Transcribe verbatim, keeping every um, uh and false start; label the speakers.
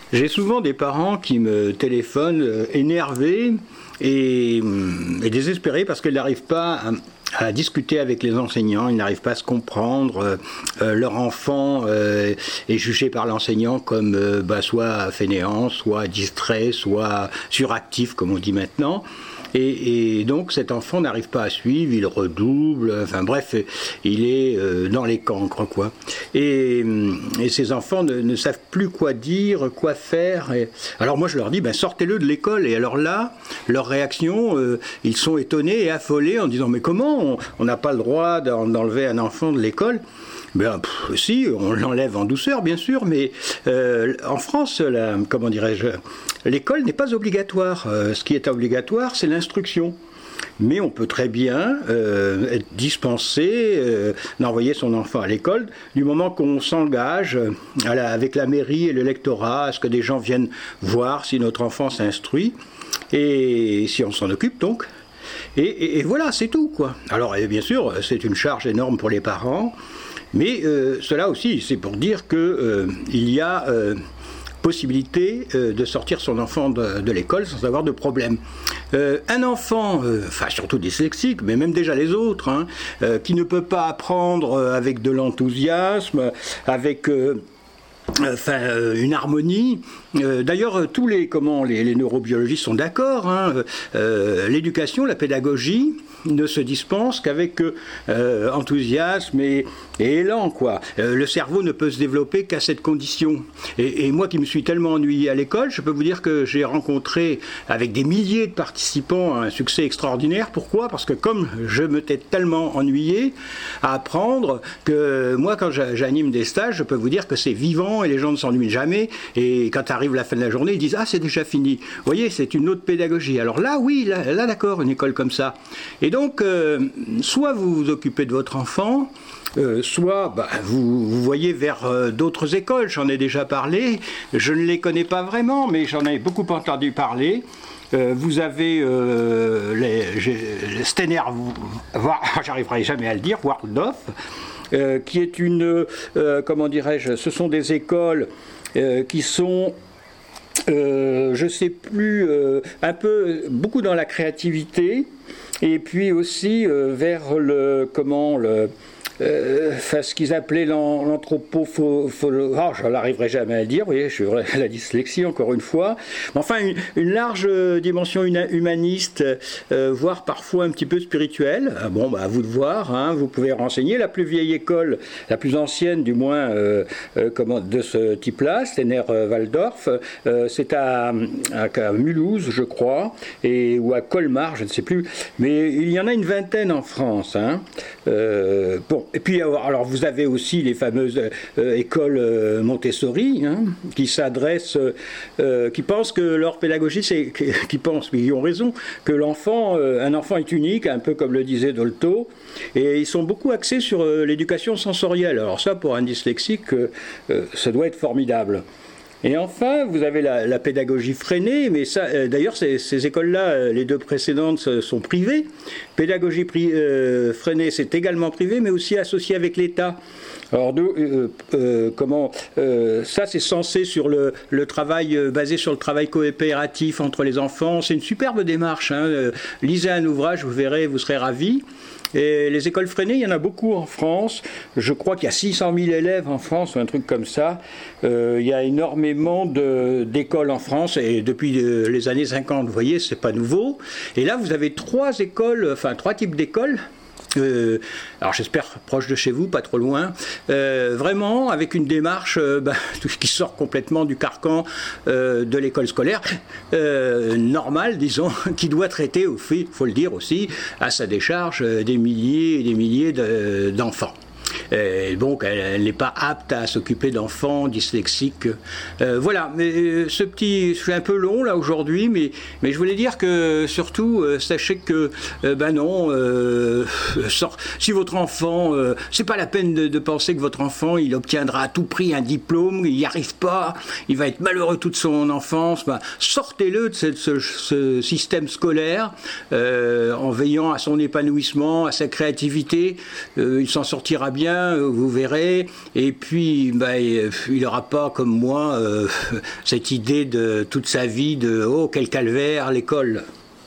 Speaker 1: J'ai souvent des parents qui me téléphonent euh, énervés et, et désespérés parce qu'ils n'arrivent pas à, à discuter avec les enseignants, ils n'arrivent pas à se comprendre. Euh, euh, leur enfant euh, est jugé par l'enseignant comme euh, bah, soit fainéant, soit distrait, soit suractif, comme on dit maintenant. Et, et donc cet enfant n'arrive pas à suivre, il redouble, enfin bref, il est euh, dans les cancres, quoi. Et, et ces enfants ne, ne savent plus quoi dire, quoi faire. Et alors moi je leur dis, ben, sortez-le de l'école. Et alors là, leur réaction, euh, ils sont étonnés et affolés en disant, mais comment on n'a pas le droit d'enlever un enfant de l'école ? Ben, pff, si, on l'enlève en douceur, bien sûr, mais euh, en France, la, comment dirais-je, l'école n'est pas obligatoire. Euh, ce qui est obligatoire, c'est l'instruction. Mais on peut très bien euh, être dispensé euh, d'envoyer son enfant à l'école du moment qu'on s'engage à la, avec la mairie et le lectorat à ce que des gens viennent voir si notre enfant s'instruit et si on s'en occupe donc. Et, et, et voilà, c'est tout, quoi. Alors, et bien sûr, c'est une charge énorme pour les parents. Mais euh, cela aussi, c'est pour dire qu'il euh, y a euh, possibilité euh, de sortir son enfant de, de l'école sans avoir de problème. Euh, un enfant, euh, enfin surtout dyslexique, mais même déjà les autres, hein, euh, qui ne peut pas apprendre avec de l'enthousiasme, avec... Euh, Enfin, euh, une harmonie. Euh, d'ailleurs, tous les, comment, les, les neurobiologistes sont d'accord. Hein, euh, l'éducation, la pédagogie ne se dispense qu'avec euh, enthousiasme et, et élan, quoi. Euh, le cerveau ne peut se développer qu'à cette condition. Et, et moi qui me suis tellement ennuyé à l'école, je peux vous dire que j'ai rencontré avec des milliers de participants un succès extraordinaire. Pourquoi ? Parce que comme je m'étais tellement ennuyé à apprendre, que moi quand j'anime des stages, je peux vous dire que c'est vivant et les gens ne s'ennuient jamais. Et quand arrive la fin de la journée, ils disent « Ah, c'est déjà fini ». Vous voyez, c'est une autre pédagogie. Alors là, oui, là, là d'accord, une école comme ça. Et donc, euh, soit vous vous occupez de votre enfant, Euh, soit bah, vous, vous voyez vers euh, d'autres écoles, j'en ai déjà parlé, je ne les connais pas vraiment, mais j'en ai beaucoup entendu parler. Euh, vous avez euh, les, les Steiner, j'arriverai jamais à le dire, Waldorf, euh, qui est une, euh, comment dirais-je, ce sont des écoles euh, qui sont... Euh, je ne sais plus, euh, un peu, beaucoup dans la créativité, et puis aussi euh, vers le, comment, le... Euh, enfin, ce qu'ils appelaient l'anthropopholo... Oh, je n'arriverai jamais à le dire, vous voyez, je suis la dyslexie encore une fois. Mais enfin, une, une large dimension humaniste, euh, voire parfois un petit peu spirituelle. Ah bon, bah, à vous de voir, hein, vous pouvez renseigner. La plus vieille école, la plus ancienne du moins, euh, euh, comment, de ce type-là, Steiner-Waldorf, euh, c'est à, à, à Mulhouse, je crois, et, ou à Colmar, je ne sais plus. Mais il y en a une vingtaine en France. Hein. Euh, bon. Et puis, alors, vous avez aussi les fameuses euh, écoles euh, Montessori, hein, qui s'adressent, euh, qui pensent que leur pédagogie, c'est, qui pensent, mais ils ont raison, que l'enfant, euh, un enfant est unique, un peu comme le disait Dolto, et ils sont beaucoup axés sur euh, l'éducation sensorielle. Alors ça, pour un dyslexique, euh, euh, ça doit être formidable. Et enfin, vous avez la, la pédagogie freinée, mais ça, euh, d'ailleurs, ces, ces écoles-là, euh, les deux précédentes, euh, sont privées. Pédagogie pri, euh, freinée, c'est également privé, mais aussi associé avec l'État. Alors, de, euh, euh, comment euh, ça, c'est censé sur le, le travail, euh, basé sur le travail coopératif entre les enfants. C'est une superbe démarche. Hein. Euh, lisez un ouvrage, vous verrez, vous serez ravis. Et les écoles freinées, il y en a beaucoup en France. Je crois qu'il y a six cent mille élèves en France, ou un truc comme ça. Euh, il y a énormément de, d'écoles en France, et depuis les années cinquante, vous voyez, c'est pas nouveau. Et là, vous avez trois écoles, enfin trois types d'écoles. Euh, alors j'espère proche de chez vous, pas trop loin, euh, vraiment avec une démarche euh, bah, qui sort complètement du carcan euh, de l'école scolaire euh, normale, disons, qui doit traiter, il faut le dire aussi, à sa décharge euh, des milliers et des milliers de, d'enfants. Et donc elle, elle n'est pas apte à s'occuper d'enfants dyslexiques. Euh, voilà, mais euh, ce petit, je suis un peu long là aujourd'hui, mais, mais je voulais dire que surtout, euh, sachez que, euh, ben non, euh, sort, si votre enfant, euh, c'est pas la peine de, de penser que votre enfant, il obtiendra à tout prix un diplôme, il n'y arrive pas, il va être malheureux toute son enfance. Ben, sortez-le de ce, ce, ce système scolaire euh, en veillant à son épanouissement, à sa créativité, euh, il s'en sortira bien. bien, vous verrez. Et puis, bah, il n'aura pas, comme moi, euh, cette idée de toute sa vie de « Oh, quel calvaire, l'école !»